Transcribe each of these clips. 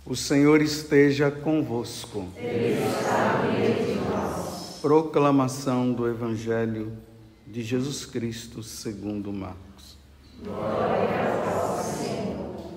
O Senhor esteja convosco. Ele está no meio de nós. Proclamação do Evangelho de Jesus Cristo segundo Marcos. Glória a vós, Senhor.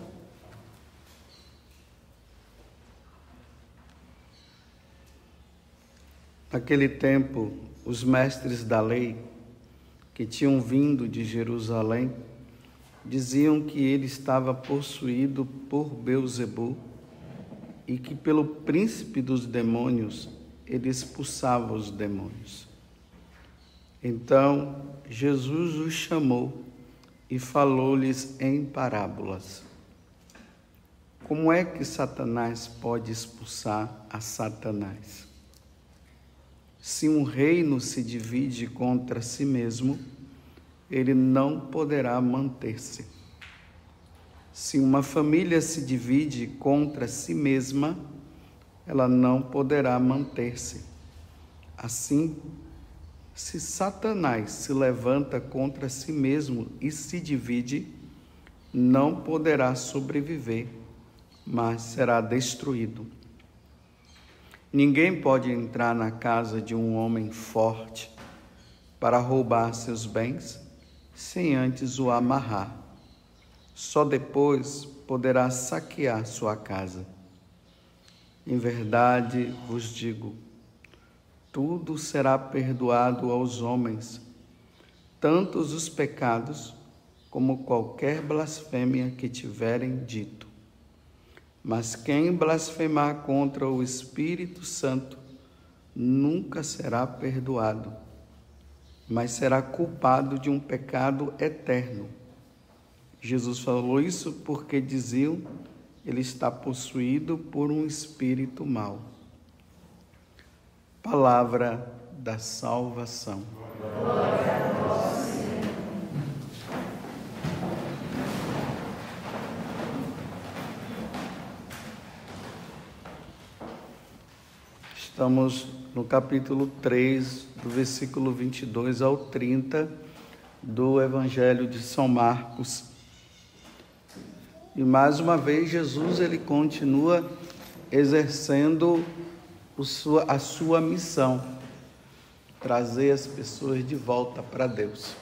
Naquele tempo, os mestres da lei, que tinham vindo de Jerusalém, diziam que ele estava possuído por Beelzebu e que pelo príncipe dos demônios ele expulsava os demônios. Então Jesus os chamou e falou-lhes em parábolas. Como é que Satanás pode expulsar a Satanás? Se um reino se divide contra si mesmo, ele não poderá manter-se. Se uma família se divide contra si mesma, ela não poderá manter-se. Assim, se Satanás se levanta contra si mesmo e se divide, não poderá sobreviver, mas será destruído. Ninguém pode entrar na casa de um homem forte para roubar seus bens, sem antes o amarrar. Só depois poderá saquear sua casa. Em verdade vos digo, tudo será perdoado aos homens, tanto os pecados como qualquer blasfêmia que tiverem dito. Mas quem blasfemar contra o Espírito Santo nunca será perdoado, mas será culpado de um pecado eterno. Jesus falou isso porque diziam, ele está possuído por um espírito mau. Palavra da salvação. Glória a vós, Senhor. Estamos no capítulo 3, do versículo 22 ao 30 do Evangelho de São Marcos. E mais uma vez Jesus ele continua exercendo a sua missão, trazer as pessoas de volta para Deus.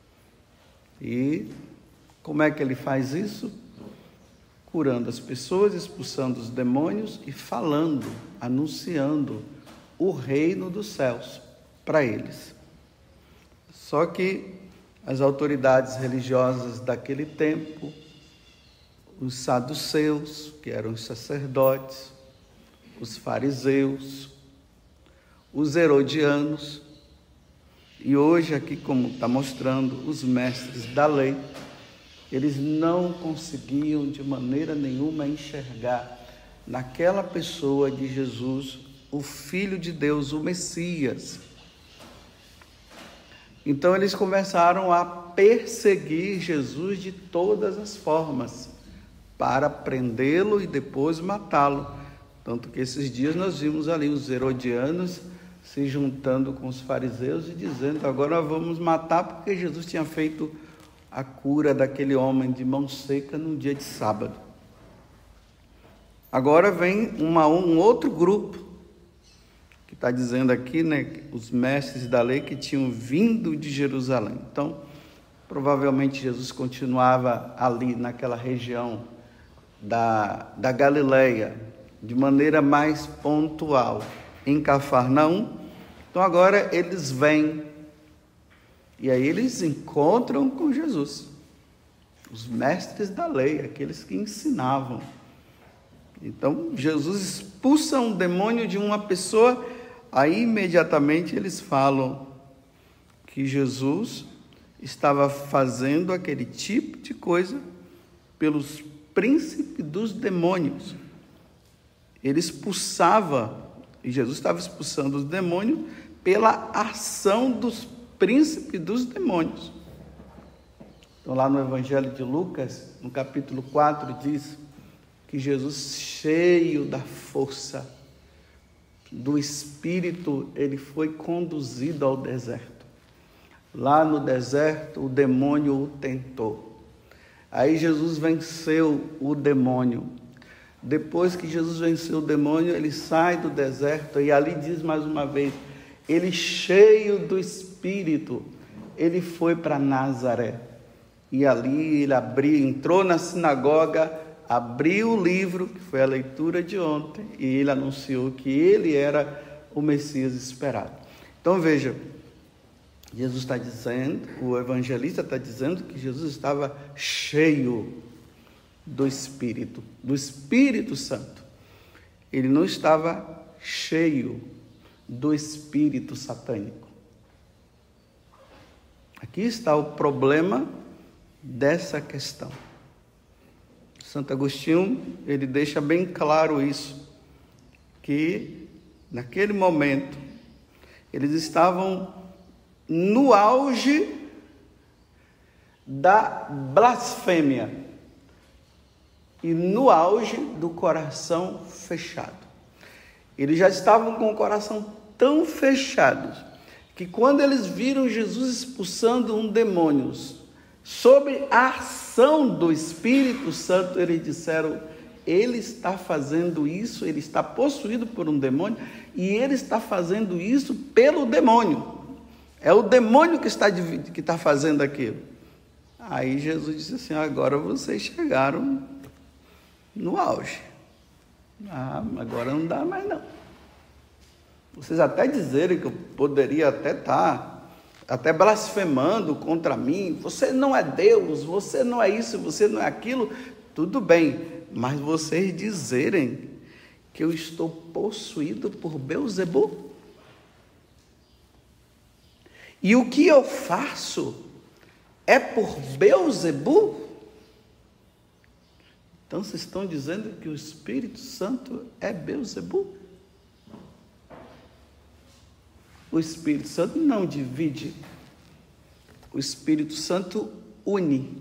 E como é que ele faz isso? Curando as pessoas, expulsando os demônios e falando, anunciando o reino dos céus para eles. Só que as autoridades religiosas daquele tempo, os saduceus, que eram os sacerdotes, os fariseus, os herodianos, e hoje aqui, como está mostrando, os mestres da lei, eles não conseguiam de maneira nenhuma enxergar naquela pessoa de Jesus o Filho de Deus, o Messias. Então eles começaram a perseguir Jesus de todas as formas, para prendê-lo e depois matá-lo. Tanto que esses dias nós vimos ali os herodianos se juntando com os fariseus e dizendo, agora vamos matar porque Jesus tinha feito a cura daquele homem de mão seca no dia de sábado. Agora vem um outro grupo, que está dizendo aqui, né, os mestres da lei que tinham vindo de Jerusalém. Então, provavelmente Jesus continuava ali naquela região da Galileia, de maneira mais pontual, em Cafarnaum. Então agora eles vêm, e aí eles encontram com Jesus, os mestres da lei, aqueles que ensinavam. Então Jesus expulsa um demônio de uma pessoa, aí imediatamente eles falam que Jesus estava fazendo aquele tipo de coisa pelos príncipes dos demônios. Ele expulsava, e Jesus estava expulsando os demônios pela ação dos príncipes dos demônios. Então lá no Evangelho de Lucas, no capítulo 4, diz que Jesus, cheio da força do Espírito, ele foi conduzido ao deserto. Lá no deserto, o demônio o tentou. Aí Jesus venceu o demônio. Depois que Jesus venceu o demônio, ele sai do deserto e ali diz mais uma vez, ele cheio do Espírito, ele foi para Nazaré. E ali ele entrou na sinagoga, abriu o livro, que foi a leitura de ontem, e ele anunciou que ele era o Messias esperado. Então veja, Jesus está dizendo, o evangelista está dizendo que Jesus estava cheio do Espírito Santo. Ele não estava cheio do espírito satânico. Aqui está o problema dessa questão. Santo Agostinho, ele deixa bem claro isso, que naquele momento eles estavam no auge da blasfêmia e no auge do coração fechado. Eles já estavam com o coração tão fechado que quando eles viram Jesus expulsando um demônio sob a ação do Espírito Santo, eles disseram, ele está fazendo isso, ele está possuído por um demônio e ele está fazendo isso pelo demônio. É o demônio que está fazendo aquilo. Aí Jesus disse assim, agora vocês chegaram no auge. Agora não dá mais não. Vocês até dizerem que eu poderia até estar até blasfemando contra mim, você não é Deus, você não é isso, você não é aquilo, tudo bem, mas vocês dizerem que eu estou possuído por Beelzebu, e o que eu faço é por Beelzebu? Então vocês estão dizendo que o Espírito Santo é Beelzebu? O Espírito Santo não divide, o Espírito Santo une.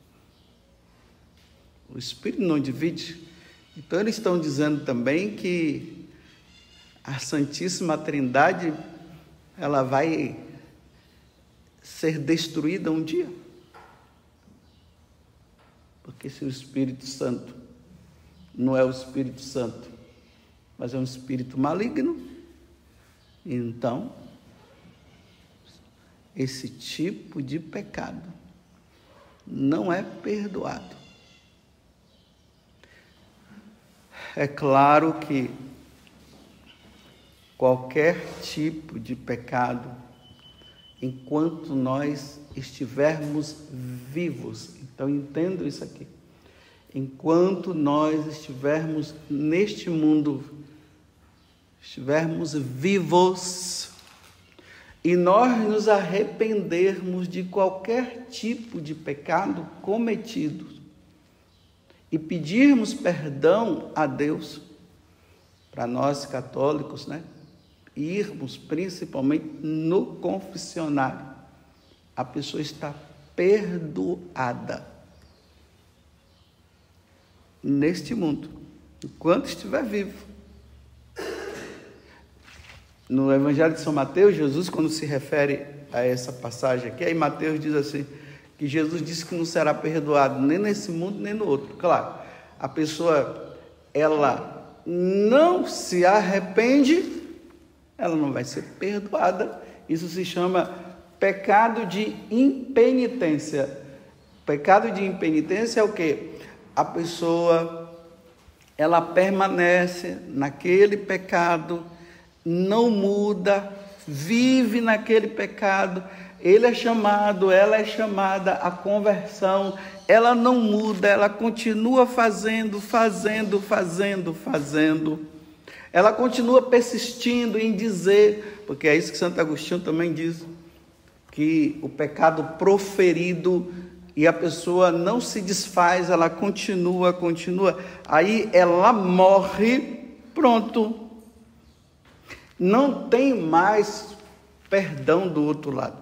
O Espírito não divide. Então eles estão dizendo também que a Santíssima Trindade, ela vai ser destruída um dia. Porque se o Espírito Santo não é o Espírito Santo, mas é um espírito maligno, então, esse tipo de pecado não é perdoado. É claro que qualquer tipo de pecado, enquanto nós estivermos vivos, então entendo isso aqui, enquanto nós estivermos neste mundo, estivermos vivos e nós nos arrependermos de qualquer tipo de pecado cometido e pedirmos perdão a Deus, para nós católicos, irmos principalmente no confessionário, a pessoa está perdoada neste mundo, enquanto estiver vivo. No Evangelho de São Mateus, Jesus, quando se refere a essa passagem aqui, aí Mateus diz assim, que Jesus disse que não será perdoado nem nesse mundo, nem no outro. Claro, a pessoa, ela não se arrepende, ela não vai ser perdoada. Isso se chama pecado de impenitência. Pecado de impenitência é o quê? A pessoa, ela permanece naquele pecado, não muda, vive naquele pecado, ela é chamada à conversão, ela não muda, ela continua fazendo, ela continua persistindo em dizer, porque é isso que Santo Agostinho também diz, que o pecado proferido e a pessoa não se desfaz, ela continua, aí ela morre, pronto. Não tem mais perdão do outro lado.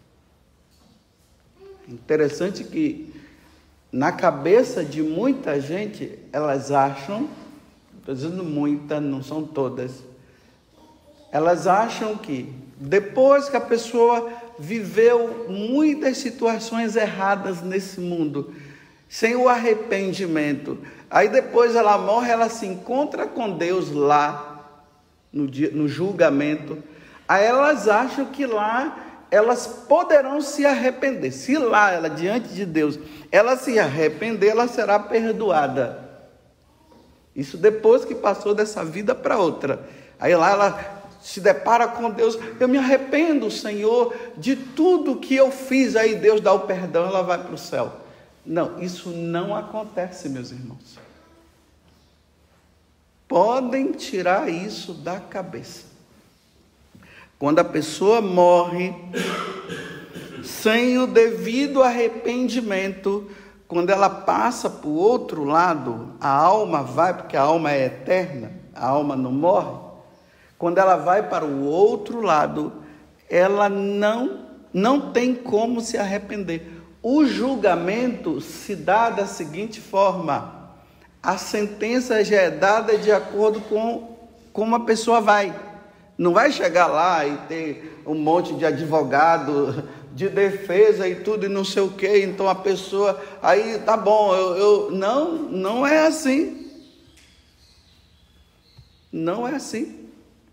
Interessante que na cabeça de muita gente, elas acham, estou dizendo muita, não são todas, elas acham que depois que a pessoa viveu muitas situações erradas nesse mundo, sem o arrependimento, aí depois ela morre, ela se encontra com Deus lá, no julgamento, aí elas acham que lá elas poderão se arrepender. Se lá, ela diante de Deus, ela se arrepender, ela será perdoada. Isso depois que passou dessa vida para outra. Aí lá ela se depara com Deus, eu me arrependo, Senhor, de tudo que eu fiz. Aí Deus dá o perdão, ela vai para o céu. Não, isso não acontece, meus irmãos. Podem tirar isso da cabeça. Quando a pessoa morre sem o devido arrependimento, quando ela passa para o outro lado, a alma vai, porque a alma é eterna, a alma não morre. Quando ela vai para o outro lado, ela não tem como se arrepender. O julgamento se dá da seguinte forma: a sentença já é dada de acordo com como a pessoa vai. Não vai chegar lá e ter um monte de advogado de defesa e tudo e não sei o quê. Então a pessoa, aí tá bom, não é assim. Não é assim.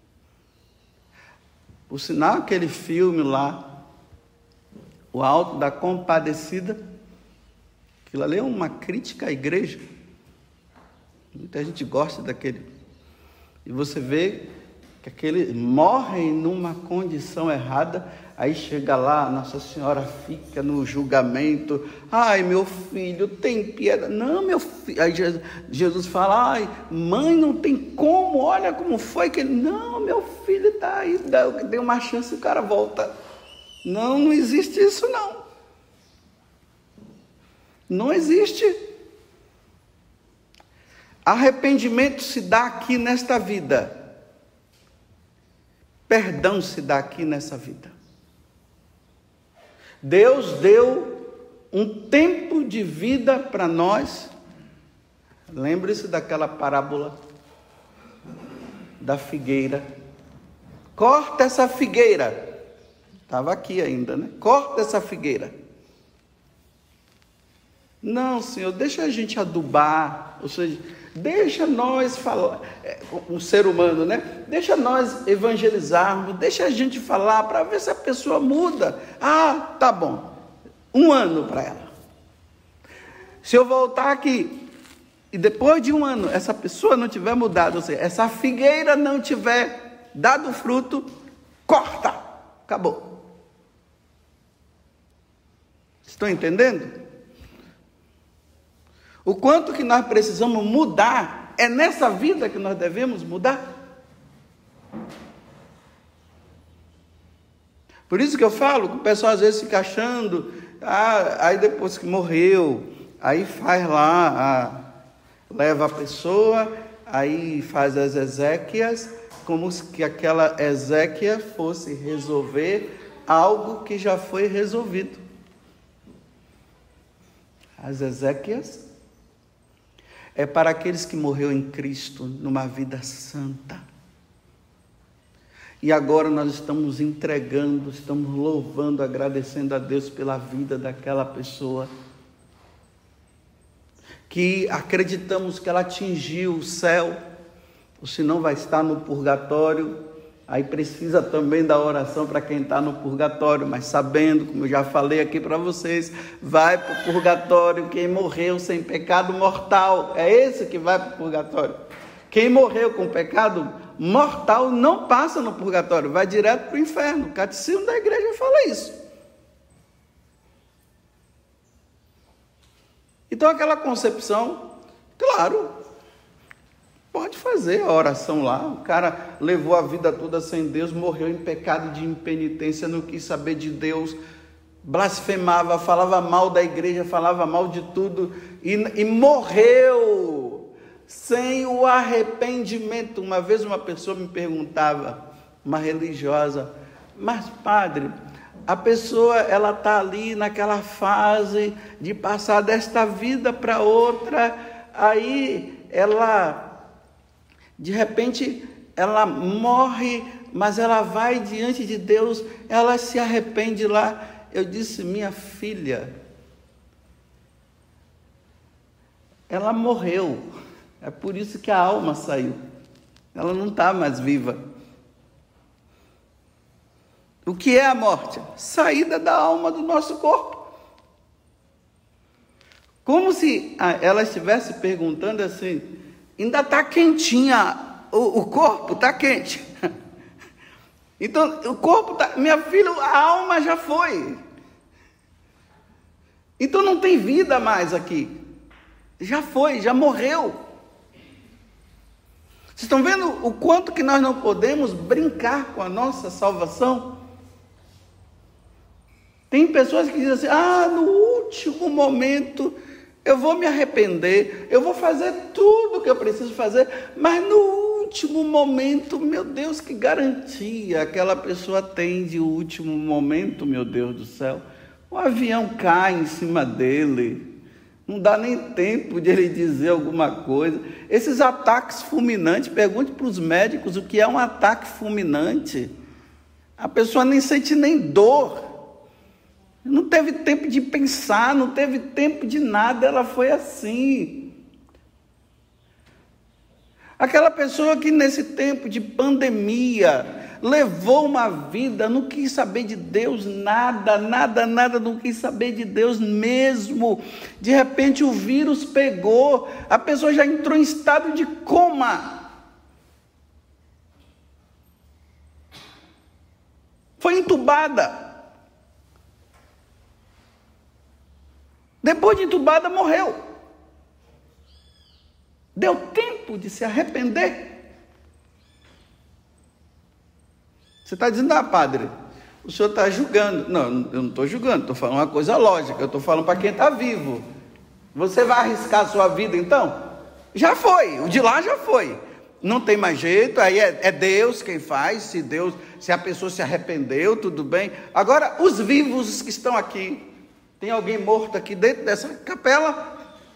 Por sinal, aquele filme lá, O Alto da Compadecida, aquilo ali é uma crítica à igreja. Muita gente gosta daquele. E você vê que aquele morrem numa condição errada, aí chega lá, Nossa Senhora fica no julgamento, ai meu filho, tem piedade, não meu filho, aí Jesus fala, ai mãe, não tem como, olha como foi que ele, não meu filho está aí, deu uma chance e o cara volta. Não existe isso não. Não existe. Arrependimento se dá aqui nesta vida. Perdão se dá aqui nessa vida. Deus deu um tempo de vida para nós. Lembre-se daquela parábola da figueira. Corta essa figueira. Estava aqui ainda, né? Corta essa figueira. Não, Senhor, deixa a gente adubar, ou seja, deixa nós falar, um ser humano, né? Deixa nós evangelizarmos, deixa a gente falar para ver se a pessoa muda. Ah, tá bom. 1 ano para ela. Se eu voltar aqui e depois de 1 ano essa pessoa não tiver mudado, ou seja, essa figueira não tiver dado fruto, corta. Acabou. Estão entendendo? O quanto que nós precisamos mudar, é nessa vida que nós devemos mudar. Por isso que eu falo, que o pessoal às vezes fica achando, aí depois que morreu, aí faz lá, leva a pessoa, aí faz as exéquias, como se aquela exéquia fosse resolver algo que já foi resolvido. As exéquias é para aqueles que morreram em Cristo, numa vida santa. E agora nós estamos entregando, estamos louvando, agradecendo a Deus pela vida daquela pessoa, que acreditamos que ela atingiu o céu, ou se não vai estar no purgatório. Aí precisa também da oração para quem está no purgatório, mas sabendo, como eu já falei aqui para vocês, vai para o purgatório quem morreu sem pecado mortal, é esse que vai para o purgatório. Quem morreu com pecado mortal não passa no purgatório, vai direto para o inferno. O catecismo da igreja fala isso. Então aquela concepção, claro, pode fazer a oração lá. O cara levou a vida toda sem Deus, morreu em pecado de impenitência, não quis saber de Deus, blasfemava, falava mal da igreja, falava mal de tudo e morreu sem o arrependimento. Uma vez uma pessoa me perguntava, uma religiosa, mas padre, a pessoa ela está ali naquela fase de passar desta vida para outra, aí ela... De repente, ela morre, mas ela vai diante de Deus, ela se arrepende lá. Eu disse, minha filha, ela morreu. É por isso que a alma saiu. Ela não está mais viva. O que é a morte? Saída da alma do nosso corpo. Como se ela estivesse perguntando assim, ainda está quentinha, o corpo está quente. Então, o corpo está... Minha filha, a alma já foi. Então não tem vida mais aqui. Já foi, já morreu. Vocês estão vendo o quanto que nós não podemos brincar com a nossa salvação? Tem pessoas que dizem assim, no último momento eu vou me arrepender, eu vou fazer tudo o que eu preciso fazer, mas no último momento, meu Deus, que garantia aquela pessoa tem de último momento, meu Deus do céu. O avião cai em cima dele, não dá nem tempo de ele dizer alguma coisa. Esses ataques fulminantes, pergunte para os médicos o que é um ataque fulminante. A pessoa nem sente nem dor. Não teve tempo de pensar, não teve tempo de nada, ela foi assim. Aquela pessoa que nesse tempo de pandemia levou uma vida, não quis saber de Deus nada, não quis saber de Deus mesmo. De repente o vírus pegou, a pessoa já entrou em estado de coma. Foi entubada. Depois de entubada, morreu. Deu tempo de se arrepender. Você está dizendo, padre, o senhor está julgando. Não, eu não estou julgando, estou falando uma coisa lógica, eu estou falando para quem está vivo. Você vai arriscar a sua vida então? Já foi, o de lá já foi. Não tem mais jeito, aí é Deus quem faz, se a pessoa se arrependeu, tudo bem. Agora, os vivos que estão aqui, tem alguém morto aqui dentro dessa capela?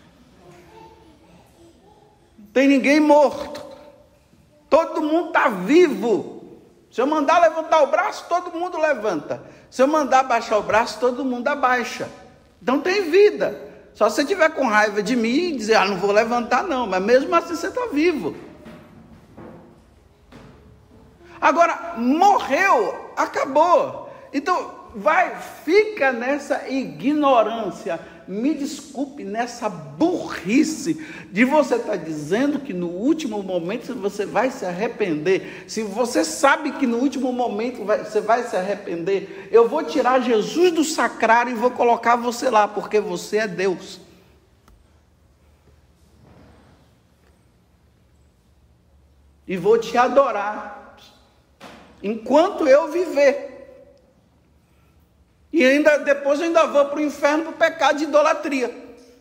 Não tem ninguém morto. Todo mundo está vivo. Se eu mandar levantar o braço, todo mundo levanta. Se eu mandar abaixar o braço, todo mundo abaixa. Então tem vida. Só se você estiver com raiva de mim e dizer, não vou levantar não. Mas mesmo assim você está vivo. Agora, morreu, acabou. Então, fica nessa ignorância, me desculpe, nessa burrice de você estar dizendo que no último momento você vai se arrepender. Se você sabe que no último momento você vai se arrepender, eu vou tirar Jesus do sacrário e vou colocar você lá, porque você é Deus. E vou te adorar enquanto eu viver. E depois eu ainda vou para o inferno, para o pecado de idolatria.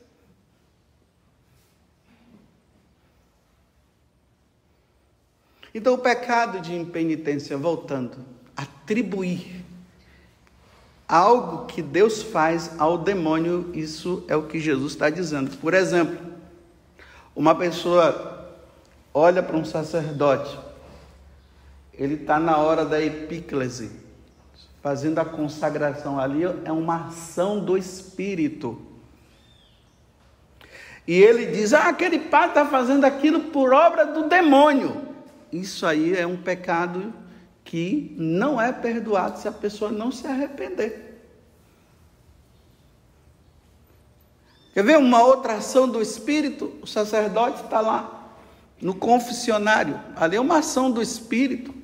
Então o pecado de impenitência, voltando, atribuir algo que Deus faz ao demônio, isso é o que Jesus está dizendo. Por exemplo, uma pessoa olha para um sacerdote, ele está na hora da epíclese, fazendo a consagração ali, é uma ação do Espírito. E ele diz, aquele padre está fazendo aquilo por obra do demônio. Isso aí é um pecado que não é perdoado se a pessoa não se arrepender. Quer ver uma outra ação do Espírito? O sacerdote está lá, no confessionário, ali é uma ação do Espírito.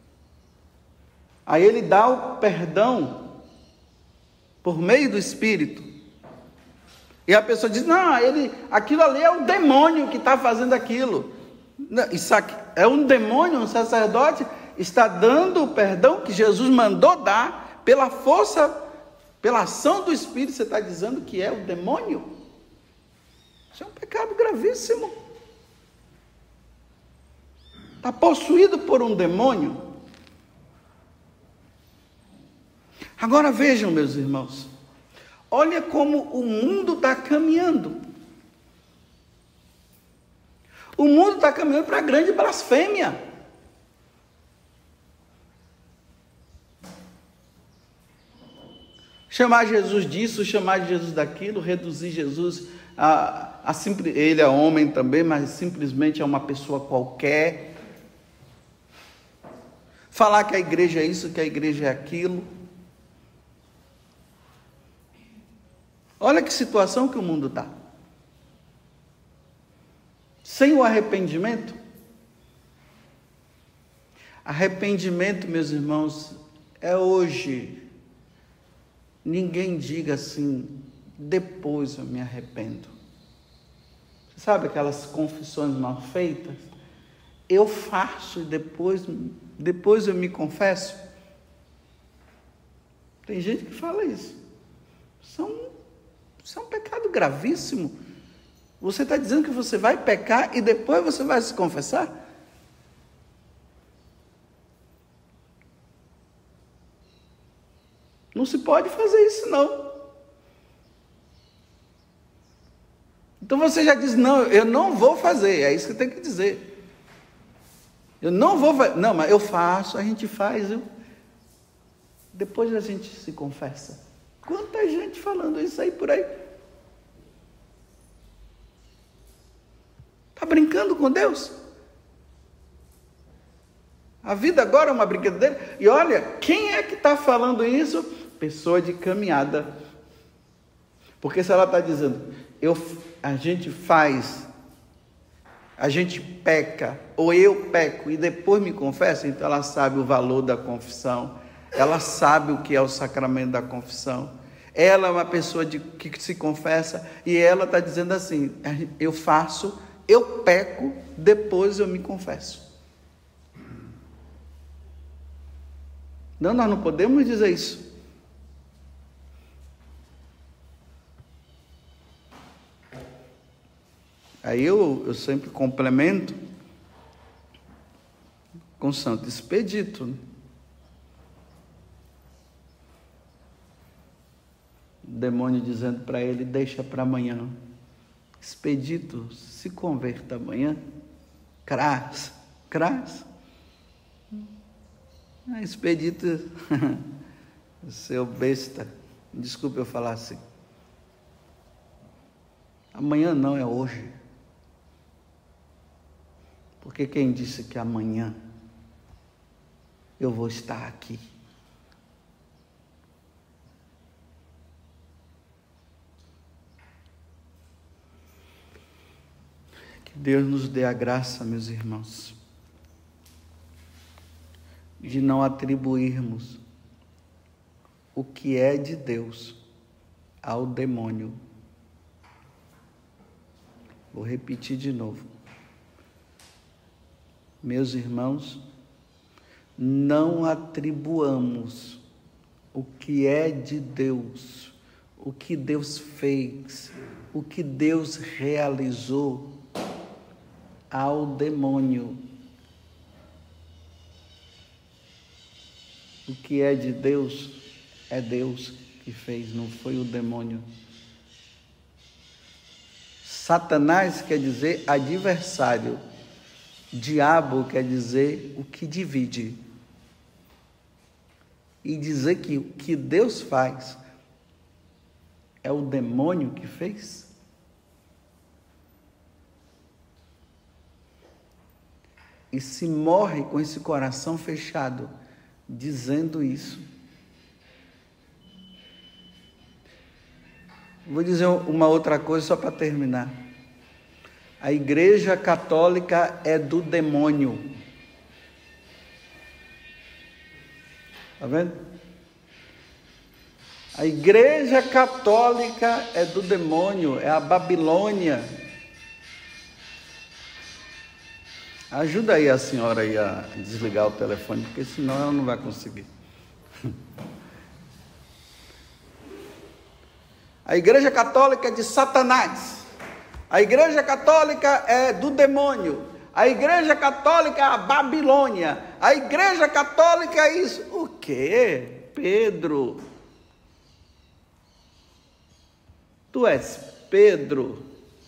Aí ele dá o perdão por meio do Espírito. E a pessoa diz, aquilo ali é o demônio que está fazendo aquilo. Isso aqui é um demônio, um sacerdote está dando o perdão que Jesus mandou dar pela força, pela ação do Espírito. Você está dizendo que é o demônio? Isso é um pecado gravíssimo. Está possuído por um demônio. Agora vejam, meus irmãos, olha como o mundo está caminhando. O mundo está caminhando para a grande blasfêmia. Chamar Jesus disso, chamar Jesus daquilo, reduzir Jesus Ele é homem também, mas simplesmente é uma pessoa qualquer. Falar que a igreja é isso, que a igreja é aquilo. Olha que situação que o mundo está. Sem o arrependimento. Arrependimento, meus irmãos, é hoje. Ninguém diga assim, depois eu me arrependo. Você sabe aquelas confissões mal feitas? Eu faço e depois eu me confesso. Tem gente que fala isso. Isso é um pecado gravíssimo. Você está dizendo que você vai pecar e depois você vai se confessar? Não se pode fazer isso, não. Então você já diz, não, eu não vou fazer. É isso que tem que dizer. Eu não vou fazer. Não, mas eu faço, a gente faz. Depois a gente se confessa. Quanta gente falando isso aí por aí. Está brincando com Deus? A vida agora é uma brincadeira. E olha, quem é que está falando isso? Pessoa de caminhada. Porque se ela está dizendo, a gente faz, a gente peca, ou eu peco e depois me confesso, então ela sabe o valor da confissão, ela sabe o que é o sacramento da confissão. Ela é uma pessoa que se confessa e ela está dizendo assim, eu faço, eu peco, depois eu me confesso. Não, nós não podemos dizer isso. Aí eu sempre complemento com Santo Expedito. O demônio dizendo para ele, deixa para amanhã. Expedito, se converta amanhã. Crás. Expedito, seu besta, desculpe eu falar assim. Amanhã não, é hoje. Porque quem disse que amanhã eu vou estar aqui? Que Deus nos dê a graça, meus irmãos, de não atribuirmos o que é de Deus ao demônio. Vou repetir de novo. Meus irmãos, não atribuamos o que é de Deus, o que Deus fez, o que Deus realizou ao demônio. O que é de Deus, é Deus que fez, não foi o demônio. Satanás quer dizer adversário. Diabo quer dizer o que divide. E dizer que o que Deus faz é o demônio que fez? E se morre com esse coração fechado, dizendo isso. Vou dizer uma outra coisa só para terminar. A Igreja Católica é do demônio. Está vendo? A Igreja Católica é do demônio, é a Babilônia. Ajuda aí a senhora aí a desligar o telefone, porque senão ela não vai conseguir. A Igreja Católica é de Satanás. A Igreja Católica é do demônio. A Igreja Católica é a Babilônia. A Igreja Católica é isso. O quê, Pedro? Tu és Pedro.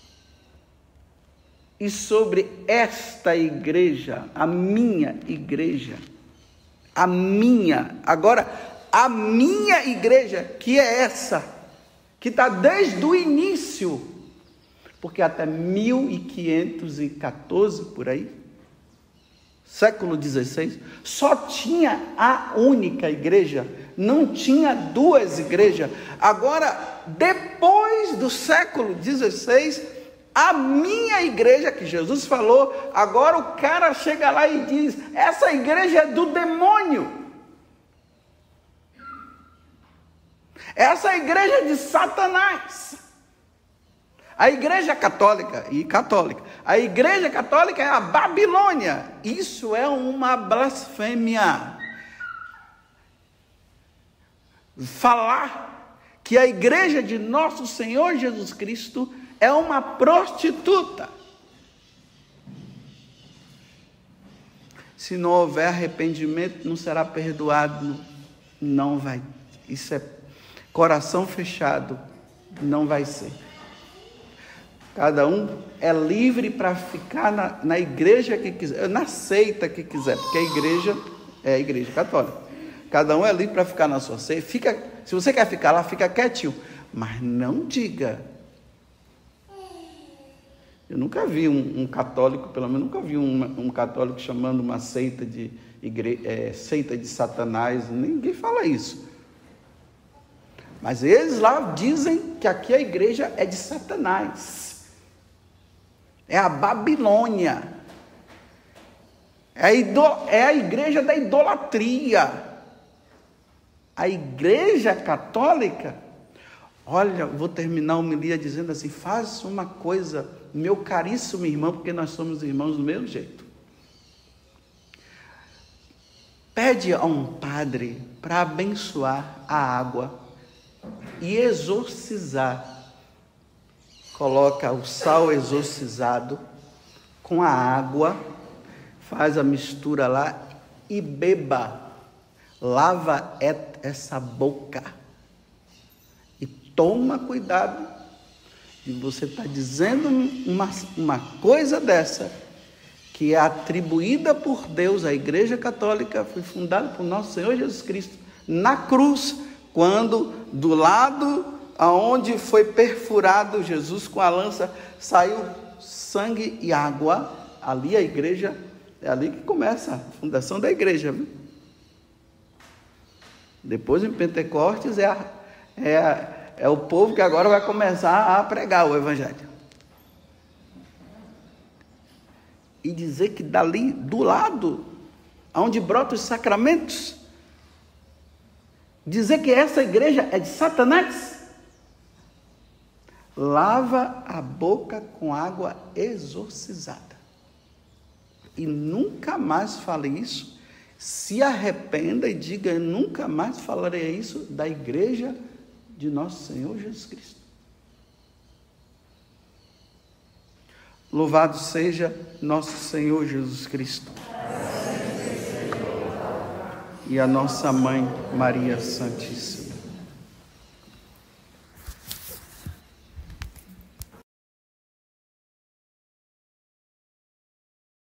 E sobre esta igreja, a minha igreja, a minha igreja, que é essa, que está desde o início, porque até 1514, por aí, século XVI, só tinha a única igreja, não tinha duas igrejas. Agora, depois do século XVI, a minha igreja, que Jesus falou, agora o cara chega lá e diz, essa igreja é do demônio. Essa igreja é de Satanás. A igreja católica, a igreja católica é a Babilônia. Isso é uma blasfêmia. Falar que a igreja de nosso Senhor Jesus Cristo é uma prostituta. Se não houver arrependimento, não será perdoado. Não vai. Isso é coração fechado. Não vai ser. Cada um é livre para ficar na igreja que quiser, na seita que quiser, porque a igreja é a igreja católica. Cada um é livre para ficar na sua seita. Se você quer ficar lá, fica quietinho. Mas não diga. Eu nunca vi um católico, pelo menos nunca vi um católico chamando uma seita seita de Satanás. Ninguém fala isso. Mas eles lá dizem que aqui a igreja é de Satanás. É a Babilônia. É a igreja da idolatria. A igreja católica, olha, vou terminar a homilia dizendo assim, faz uma coisa, meu caríssimo irmão, porque nós somos irmãos do mesmo jeito. Pede a um padre para abençoar a água e exorcizar. Coloca o sal exorcizado com a água, faz a mistura lá e beba. Lava essa boca. E toma cuidado de você estar dizendo uma coisa dessa, que é atribuída por Deus. A Igreja Católica foi fundada por nosso Senhor Jesus Cristo na cruz, quando do lado aonde foi perfurado Jesus com a lança, saiu sangue e água. Ali a igreja, é ali que começa a fundação da igreja, viu? Depois em Pentecostes é o povo que agora vai começar a pregar o evangelho. E dizer que dali, do lado aonde brotam os sacramentos, dizer que essa igreja é de Satanás. Lava a boca com água exorcizada. E nunca mais fale isso. Se arrependa e diga, nunca mais falarei isso da igreja de nosso Senhor Jesus Cristo. Louvado seja nosso Senhor Jesus Cristo. E a nossa Mãe Maria Santíssima.